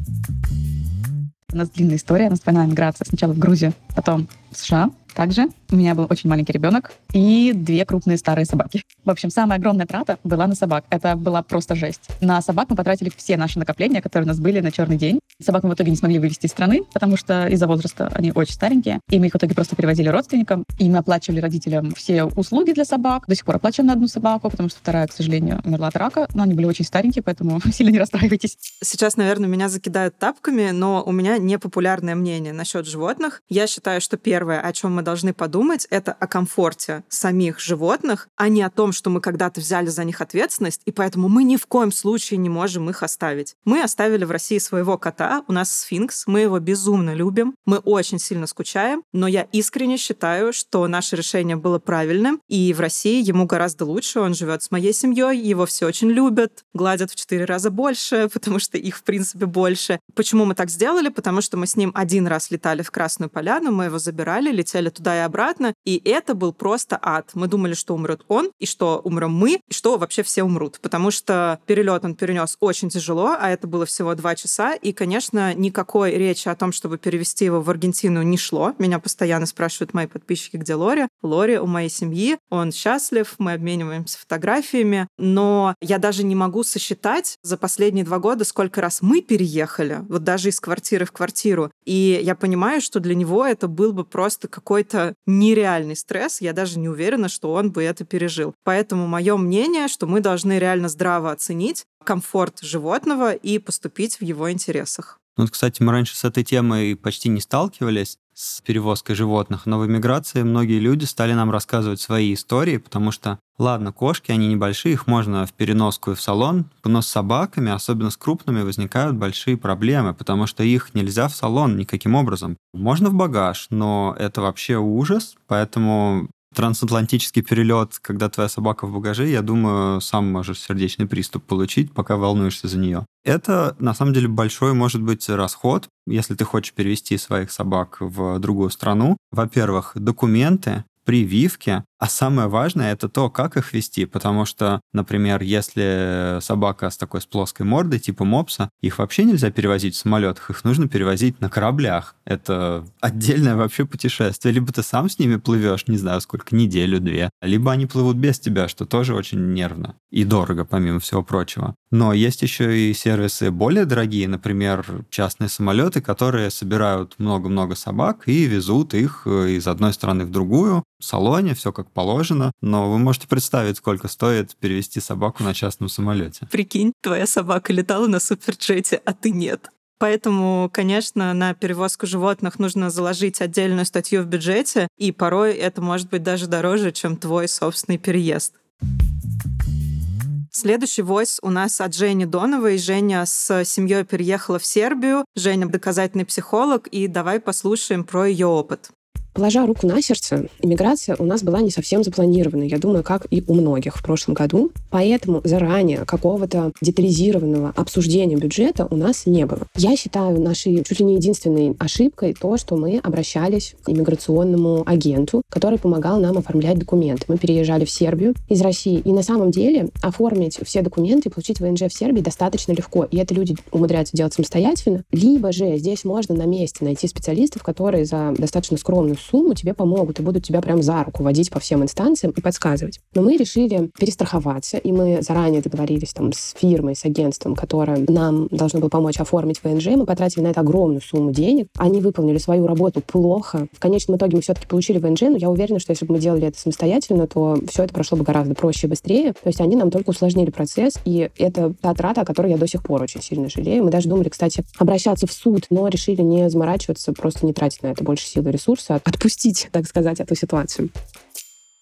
У нас длинная история, у нас двойная миграция. Сначала в Грузию, потом в США. Также у меня был очень маленький ребенок и 2 крупные старые собаки. В общем, самая огромная трата была на собак. Это была просто жесть. На собак мы потратили все наши накопления, которые у нас были на черный день. Собак мы в итоге не смогли вывезти из страны, потому что из-за возраста они очень старенькие. И мы их в итоге просто перевозили родственникам. И мы оплачивали родителям все услуги для собак. До сих пор оплачиваем на 1 собаку, потому что 2, к сожалению, умерла от рака. Но они были очень старенькие, поэтому сильно не расстраивайтесь. Сейчас, наверное, меня закидают тапками, но у меня непопулярное мнение насчет животных. Я считаю, что первое, о чем мы должны подумать, это о комфорте самих животных, а не о том, что мы когда-то взяли за них ответственность, и поэтому мы ни в коем случае не можем их оставить. Мы оставили в России своего кота, у нас сфинкс, мы его безумно любим, мы очень сильно скучаем, но я искренне считаю, что наше решение было правильным, и в России ему гораздо лучше, он живет с моей семьей, его все очень любят, гладят в 4 раза больше, потому что их, в принципе, больше. Почему мы так сделали? Потому что мы с ним 1 раз летали в Красную Поляну, мы его забирали, летели туда и обратно, и это был просто ад. Мы думали, что умрет он, и что умрем мы, и что вообще все умрут, потому что перелет он перенес очень тяжело, а это было всего 2 часа, и, конечно, никакой речи о том, чтобы перевести его в Аргентину, не шло. Меня постоянно спрашивают мои подписчики, где Лори. Лори у моей семьи, он счастлив, мы обмениваемся фотографиями, но я даже не могу сосчитать за последние 2 года, сколько раз мы переехали, вот даже из квартиры в квартиру, и я понимаю, что для него это был бы просто какой-то нереальный стресс, я даже не уверена, что он бы это пережил. Поэтому мое мнение, что мы должны реально здраво оценить комфорт животного и поступить в его интересах. Ну, кстати, мы раньше с этой темой почти не сталкивались, с перевозкой животных, но в эмиграции многие люди стали нам рассказывать свои истории, потому что, ладно, кошки, они небольшие, их можно в переноску и в салон, но с собаками, особенно с крупными, возникают большие проблемы, потому что их нельзя в салон никаким образом. Можно в багаж, но это вообще ужас, поэтому трансатлантический перелет, когда твоя собака в багаже, я думаю, сам можешь сердечный приступ получить, пока волнуешься за нее. Это, на самом деле, большой, может быть, расход, если ты хочешь перевести своих собак в другую страну. Во-первых, документы, прививки, а самое важное — это то, как их вести, потому что, например, если собака с такой с плоской мордой, типа мопса, их вообще нельзя перевозить в самолетах, их нужно перевозить на кораблях. Это отдельное вообще путешествие. Либо ты сам с ними плывешь, не знаю сколько, 1-2, либо они плывут без тебя, что тоже очень нервно и дорого, помимо всего прочего. Но есть еще и сервисы более дорогие, например, частные самолеты, которые собирают много-много собак и везут их из одной страны в другую, в салоне, все как положено, но вы можете представить, сколько стоит перевезти собаку на частном самолете. Прикинь, твоя собака летала на суперджете, а ты нет. Поэтому, конечно, на перевозку животных нужно заложить отдельную статью в бюджете, и порой это может быть даже дороже, чем твой собственный переезд. Следующий войс у нас от Жени Доновой. Женя с семьей переехала в Сербию. Женя — доказательный психолог, и давай послушаем про ее опыт. Положа руку на сердце, иммиграция у нас была не совсем запланирована, я думаю, как и у многих в прошлом году. Поэтому заранее какого-то детализированного обсуждения бюджета у нас не было. Я считаю нашей чуть ли не единственной ошибкой то, что мы обращались к иммиграционному агенту, который помогал нам оформлять документы. Мы переезжали в Сербию из России, и на самом деле оформить все документы и получить ВНЖ в Сербии достаточно легко. И это люди умудряются делать самостоятельно. Либо же здесь можно на месте найти специалистов, которые за достаточно скромную сумму тебе помогут и будут тебя прям за руку водить по всем инстанциям и подсказывать. Но мы решили перестраховаться, и мы заранее договорились там с фирмой, с агентством, которое нам должно было помочь оформить ВНЖ. Мы потратили на это огромную сумму денег. Они выполнили свою работу плохо. В конечном итоге мы все-таки получили ВНЖ, но я уверена, что если бы мы делали это самостоятельно, то все это прошло бы гораздо проще и быстрее. То есть они нам только усложнили процесс, и это та трата, о которой я до сих пор очень сильно жалею. Мы даже думали, кстати, обращаться в суд, но решили не заморачиваться, просто не тратить на это больше сил и ресурсов, отпустить, так сказать, эту ситуацию.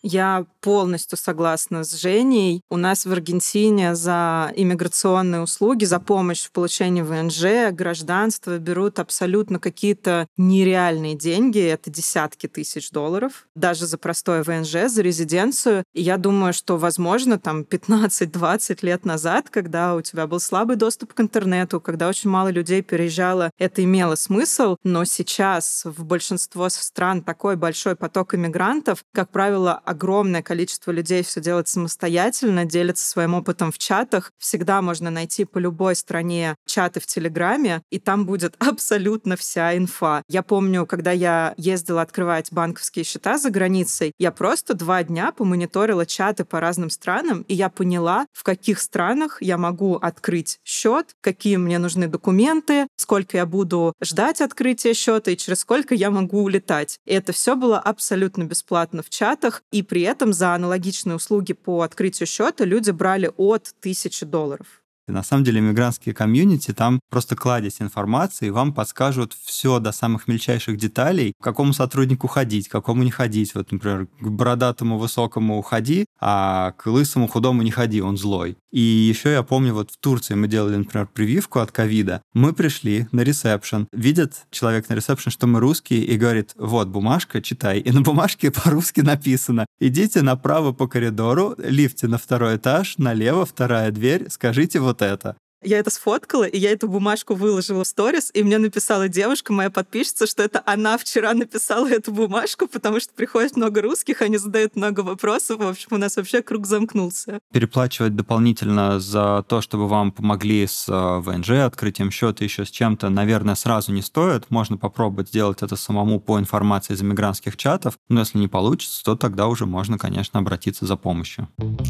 Я полностью согласна с Женей. У нас в Аргентине за иммиграционные услуги, за помощь в получении ВНЖ, гражданства берут абсолютно какие-то нереальные деньги. Это десятки тысяч долларов. Даже за простое ВНЖ, за резиденцию. И я думаю, что, возможно, там 15-20 лет назад, когда у тебя был слабый доступ к интернету, когда очень мало людей переезжало, это имело смысл. Но сейчас в большинство стран такой большой поток иммигрантов, как правило, огромное количество людей все делает самостоятельно, делятся своим опытом в чатах. Всегда можно найти по любой стране чаты в Телеграме, и там будет абсолютно вся инфа. Я помню, когда я ездила открывать банковские счета за границей, я просто 2 дня помониторила чаты по разным странам, и я поняла, в каких странах я могу открыть счет, какие мне нужны документы, сколько я буду ждать открытия счета и через сколько я могу улетать. И это все было абсолютно бесплатно в чатах, и при этом за аналогичные услуги по открытию счета люди брали от $1000. На самом деле, мигрантские комьюнити, там просто кладезь информации, и вам подскажут все до самых мельчайших деталей, к какому сотруднику ходить, к какому не ходить. Вот, например, к бородатому высокому ходи, а к лысому худому не ходи, он злой. И еще я помню, вот в Турции мы делали, например, прививку от ковида. Мы пришли на ресепшн, видит человек на ресепшн, что мы русские, и говорит: вот бумажка, читай. И на бумажке по-русски написано: идите направо по коридору, лифте на 2-й этаж, налево 2-я дверь, скажите вот это. Я это сфоткала, и я эту бумажку выложила в сторис, и мне написала девушка, моя подписчица, что это она вчера написала эту бумажку, потому что приходит много русских, они задают много вопросов, в общем, у нас вообще круг замкнулся. Переплачивать дополнительно за то, чтобы вам помогли с ВНЖ, открытием счета, еще с чем-то, наверное, сразу не стоит. Можно попробовать сделать это самому по информации из иммигрантских чатов, но если не получится, то тогда уже можно, конечно, обратиться за помощью.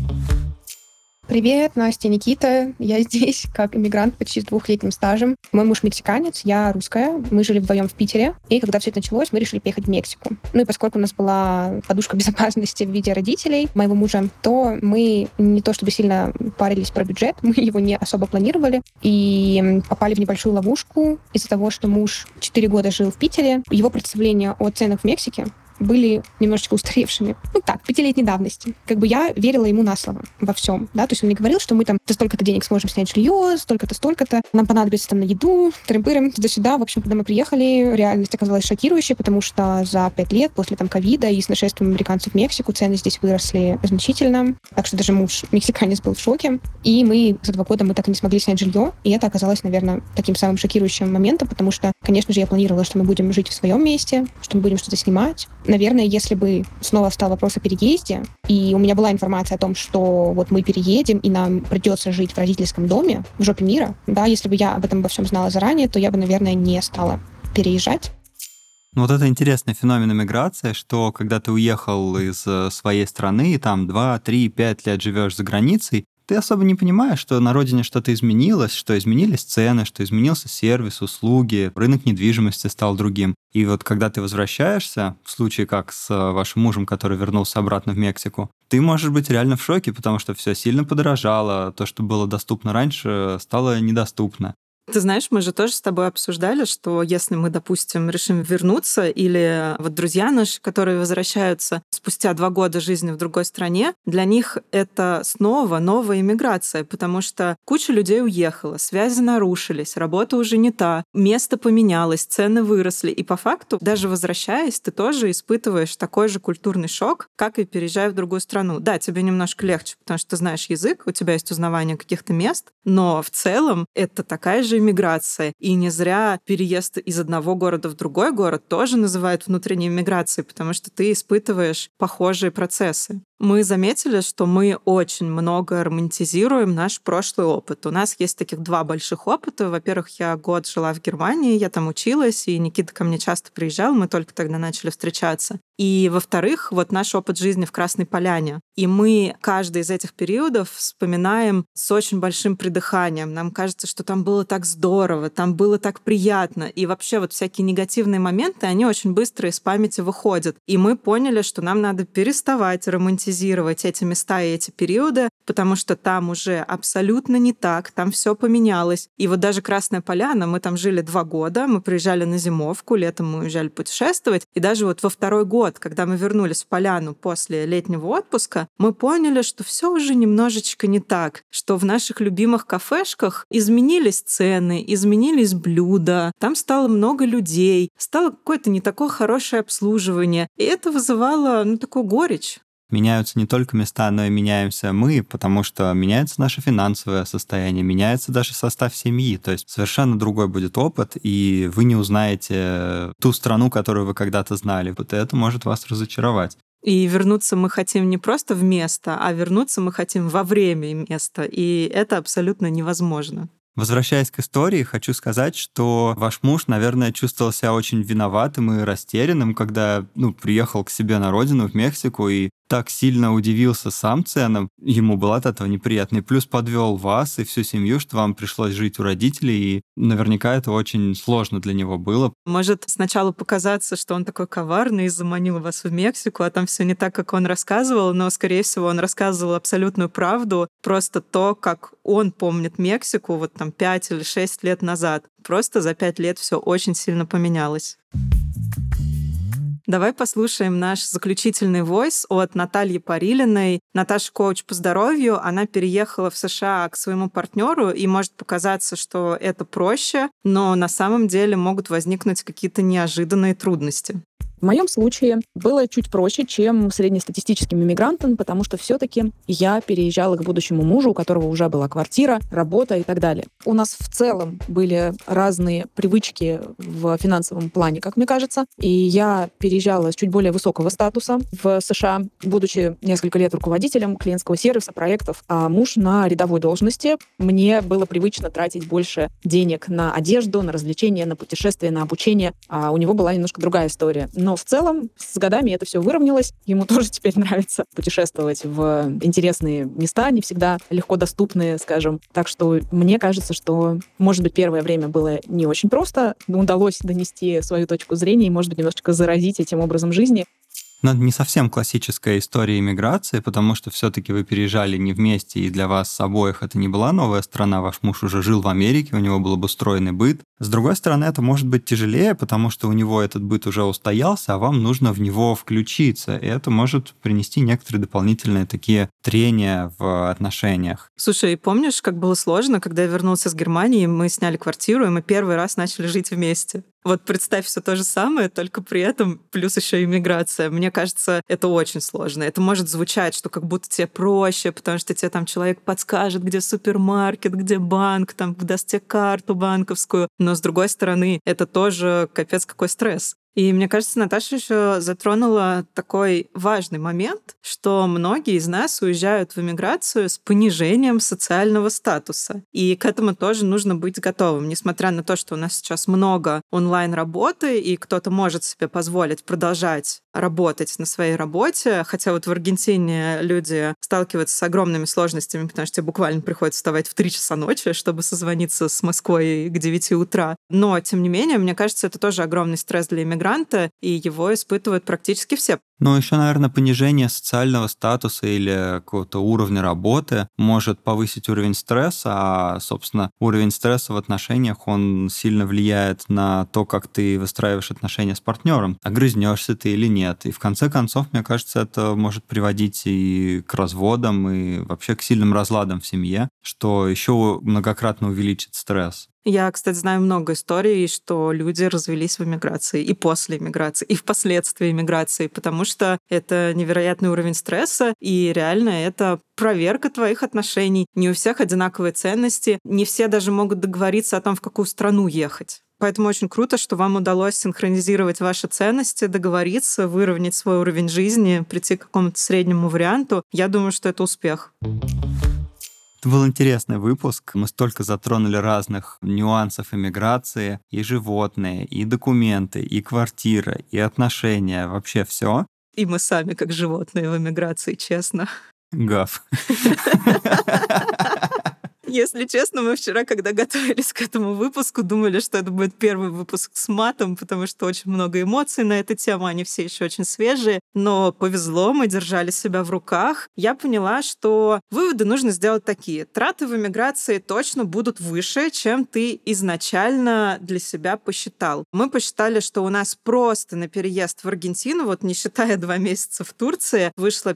Привет, Настя, Никита. Я здесь как иммигрант почти с 2-летним стажем. Мой муж мексиканец, я русская. Мы жили вдвоем в Питере. И когда все это началось, мы решили поехать в Мексику. Ну и поскольку у нас была подушка безопасности в виде родителей моего мужа, то мы не то чтобы сильно парились про бюджет, мы его не особо планировали. И попали в небольшую ловушку из-за того, что муж 4 года жил в Питере. Его представления о ценах в Мексике были немножечко устаревшими. Ну так, 5-летней давности. Как бы я верила ему на слово во всем, да, то есть он мне говорил, что мы там за столько-то денег сможем снять жилье, столько-то, столько-то, нам понадобится там на еду, трым-пырым, туда-сюда. В общем, когда мы приехали, реальность оказалась шокирующей, потому что за 5 лет после там ковида и с нашествием американцев в Мексику цены здесь выросли значительно, так что даже муж мексиканец был в шоке, и мы за 2 года мы так и не смогли снять жилье, и это оказалось, наверное, таким самым шокирующим моментом, потому что, конечно же, я планировала, что мы будем жить в своем месте, что мы будем что-то снимать. Наверное, если бы снова встал вопрос о переезде, и у меня была информация о том, что вот мы переедем, и нам придется жить в родительском доме, в жопе мира, да, если бы я об этом обо всем знала заранее, то я бы, наверное, не стала переезжать. Ну, вот это интересный феномен иммиграции, что когда ты уехал из своей страны, и там 2, 3, 5 лет живешь за границей, ты особо не понимаешь, что на родине что-то изменилось, что изменились цены, что изменился сервис, услуги, рынок недвижимости стал другим. И вот когда ты возвращаешься, в случае как с вашим мужем, который вернулся обратно в Мексику, ты можешь быть реально в шоке, потому что все сильно подорожало, то, что было доступно раньше, стало недоступно. Ты знаешь, мы же тоже с тобой обсуждали, что если мы, допустим, решим вернуться, или вот друзья наши, которые возвращаются спустя 2 года жизни в другой стране, для них это снова новая иммиграция, потому что куча людей уехала, связи нарушились, работа уже не та, место поменялось, цены выросли, и по факту, даже возвращаясь, ты тоже испытываешь такой же культурный шок, как и переезжая в другую страну. Да, тебе немножко легче, потому что ты знаешь язык, у тебя есть узнавание каких-то мест, но в целом это такая же иммиграция. И не зря переезд из одного города в другой город тоже называют внутренней иммиграцией, потому что ты испытываешь похожие процессы. Мы заметили, что мы очень много романтизируем наш прошлый опыт. У нас есть таких 2 больших опыта. Во-первых, я год жила в Германии, я там училась, и Никита ко мне часто приезжал, мы только тогда начали встречаться. И, во-вторых, вот наш опыт жизни в Красной Поляне. И мы каждый из этих периодов вспоминаем с очень большим придыханием. Нам кажется, что там было так здорово, там было так приятно. И вообще вот всякие негативные моменты, они очень быстро из памяти выходят. И мы поняли, что нам надо переставать романтизировать романтизировать эти места и эти периоды, потому что там уже абсолютно не так, там все поменялось. И вот даже Красная Поляна, мы там жили 2 года, мы приезжали на зимовку, летом мы уезжали путешествовать, и даже вот во 2-й год, когда мы вернулись в Поляну после летнего отпуска, мы поняли, что все уже немножечко не так, что в наших любимых кафешках изменились цены, изменились блюда, там стало много людей, стало какое-то не такое хорошее обслуживание, и это вызывало, такую горечь. Меняются не только места, но и меняемся мы, потому что меняется наше финансовое состояние, меняется даже состав семьи. То есть совершенно другой будет опыт, и вы не узнаете ту страну, которую вы когда-то знали. Вот это может вас разочаровать. И вернуться мы хотим не просто в место, а вернуться мы хотим во время и место. И это абсолютно невозможно. Возвращаясь к истории, хочу сказать, что ваш муж, наверное, чувствовал себя очень виноватым и растерянным, когда приехал к себе на родину, в Мексику, и так сильно удивился сам ценам. Ему было от этого неприятно. И плюс подвел вас и всю семью, что вам пришлось жить у родителей, и наверняка это очень сложно для него было. Может сначала показаться, что он такой коварный и заманил вас в Мексику, а там все не так, как он рассказывал, но, скорее всего, он рассказывал абсолютную правду, просто то, как он помнит Мексику вот там 5 или 6 лет назад. Просто за 5 лет все очень сильно поменялось. Давай послушаем наш заключительный войс от Натальи Парилиной. Наташа коуч по здоровью. Она переехала в США к своему партнеру, и может показаться, что это проще, но на самом деле могут возникнуть какие-то неожиданные трудности. В моем случае было чуть проще, чем среднестатистическим иммигрантам, потому что все-таки я переезжала к будущему мужу, у которого уже была квартира, работа и так далее. У нас в целом были разные привычки в финансовом плане, как мне кажется, и я переезжала с чуть более высокого статуса в США, будучи несколько лет руководителем клиентского сервиса, проектов, а муж на рядовой должности. Мне было привычно тратить больше денег на одежду, на развлечения, на путешествия, на обучение, а у него была немножко другая история. Но в целом с годами это все выровнялось. Ему тоже теперь нравится путешествовать в интересные места, не всегда легко доступные, скажем. Так что мне кажется, что, может быть, первое время было не очень просто. Удалось донести свою точку зрения и, может быть, немножечко заразить этим образом жизни. Но это не совсем классическая история иммиграции, потому что все-таки вы переезжали не вместе, и для вас обоих это не была новая страна, ваш муж уже жил в Америке, у него был обустроенный быт. С другой стороны, это может быть тяжелее, потому что у него этот быт уже устоялся, а вам нужно в него включиться, и это может принести некоторые дополнительные такие трения в отношениях. Слушай, помнишь, как было сложно, когда я вернулся с Германии, мы сняли квартиру, и мы первый раз начали жить вместе? Вот представь все то же самое, только при этом плюс еще иммиграция. Мне кажется, это очень сложно. Это может звучать, что как будто тебе проще, потому что тебе там человек подскажет, где супермаркет, где банк, там даст тебе карту банковскую. Но с другой стороны, это тоже капец какой стресс. И мне кажется, Наташа еще затронула такой важный момент, что многие из нас уезжают в эмиграцию с понижением социального статуса. И к этому тоже нужно быть готовым. Несмотря на то, что у нас сейчас много онлайн-работы, и кто-то может себе позволить продолжать работать на своей работе, хотя вот в Аргентине люди сталкиваются с огромными сложностями, потому что тебе буквально приходится вставать в 3 часа ночи, чтобы созвониться с Москвой к 9 утра. Но, тем не менее, мне кажется, это тоже огромный стресс для иммигранта, и его испытывают практически все. Но еще, наверное, понижение социального статуса или какого-то уровня работы может повысить уровень стресса, а, собственно, уровень стресса в отношениях, он сильно влияет на то, как ты выстраиваешь отношения с партнером, огрызнешься ты или нет. И в конце концов, мне кажется, это может приводить и к разводам, и вообще к сильным разладам в семье, что еще многократно увеличит стресс. Я, кстати, знаю много историй, что люди развелись в эмиграции и после эмиграции, и впоследствии эмиграции, потому что это невероятный уровень стресса, и реально это проверка твоих отношений. Не у всех одинаковые ценности, не все даже могут договориться о том, в какую страну ехать. Поэтому очень круто, что вам удалось синхронизировать ваши ценности, договориться, выровнять свой уровень жизни, прийти к какому-то среднему варианту. Я думаю, что это успех. Это был интересный выпуск. Мы столько затронули разных нюансов иммиграции. И животные, и документы, и квартира, и отношения. Вообще все. И мы сами как животные в эмиграции, честно. Гав. Если честно, мы вчера, когда готовились к этому выпуску, думали, что это будет первый выпуск с матом, потому что очень много эмоций на эту тему, они все еще очень свежие. Но повезло, мы держали себя в руках. Я поняла, что выводы нужно сделать такие. Траты в эмиграции точно будут выше, чем ты изначально для себя посчитал. Мы посчитали, что у нас просто на переезд в Аргентину, вот не считая 2 месяца в Турции, вышло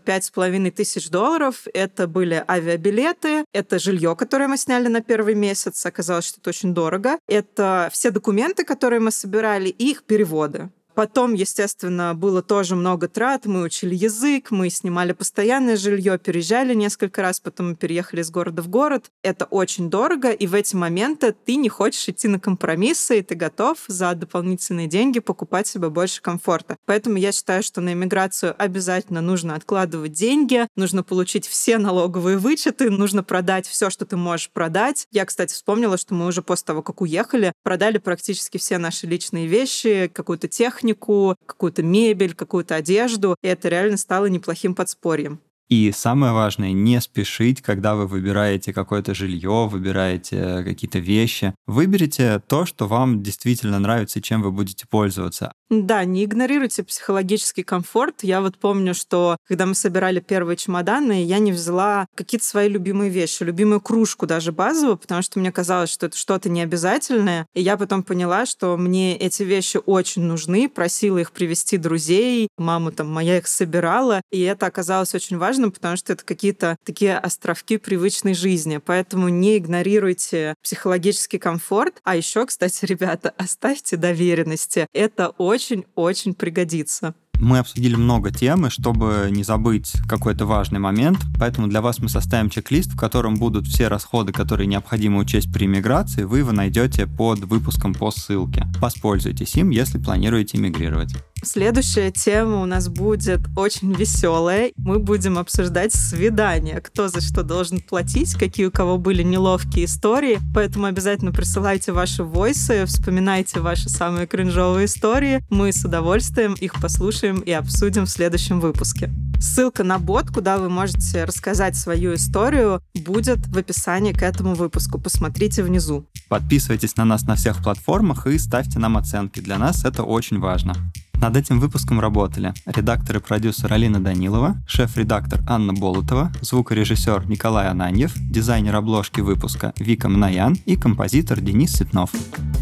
$5500. Это были авиабилеты, это жилье, которое мы сняли на первый месяц. Оказалось, что это очень дорого. Это все документы, которые мы собирали, и их переводы. Потом, естественно, было тоже много трат. Мы учили язык, мы снимали постоянное жилье, переезжали несколько раз, потом мы переехали из города в город. Это очень дорого, и в эти моменты ты не хочешь идти на компромиссы, и ты готов за дополнительные деньги покупать себе больше комфорта. Поэтому я считаю, что на иммиграцию обязательно нужно откладывать деньги, нужно получить все налоговые вычеты, нужно продать все, что ты можешь продать. Я, кстати, вспомнила, что мы уже после того, как уехали, продали практически все наши личные вещи, какую-то технику, какую-то мебель, какую-то одежду. И это реально стало неплохим подспорьем. И самое важное, не спешить, когда вы выбираете какое-то жилье, выбираете какие-то вещи. Выберите то, что вам действительно нравится и чем вы будете пользоваться. Да, не игнорируйте психологический комфорт. Я вот помню, что когда мы собирали первые чемоданы, я не взяла какие-то свои любимые вещи, любимую кружку даже базовую, потому что мне казалось, что это что-то необязательное. И я потом поняла, что мне эти вещи очень нужны, просила их привезти друзей, мама там моя их собирала, и это оказалось очень важным, потому что это какие-то такие островки привычной жизни. Поэтому не игнорируйте психологический комфорт. А еще, кстати, ребята, оставьте доверенности. Это очень-очень пригодится. Мы обсудили много тем, и чтобы не забыть какой-то важный момент, поэтому для вас мы составим чек-лист, в котором будут все расходы, которые необходимо учесть при миграции, вы его найдете под выпуском по ссылке. Воспользуйтесь им, если планируете мигрировать. Следующая тема у нас будет очень веселая. Мы будем обсуждать свидания, кто за что должен платить, какие у кого были неловкие истории. Поэтому обязательно присылайте ваши войсы, вспоминайте ваши самые кринжовые истории. Мы с удовольствием их послушаем и обсудим в следующем выпуске. Ссылка на бот, куда вы можете рассказать свою историю, будет в описании к этому выпуску. Посмотрите внизу. Подписывайтесь на нас на всех платформах и ставьте нам оценки. Для нас это очень важно. Над этим выпуском работали редактор и продюсер Алина Данилова, шеф-редактор Анна Болотова, звукорежиссер Николай Ананьев, дизайнер обложки выпуска Вика Мнаян и композитор Денис Ситнов.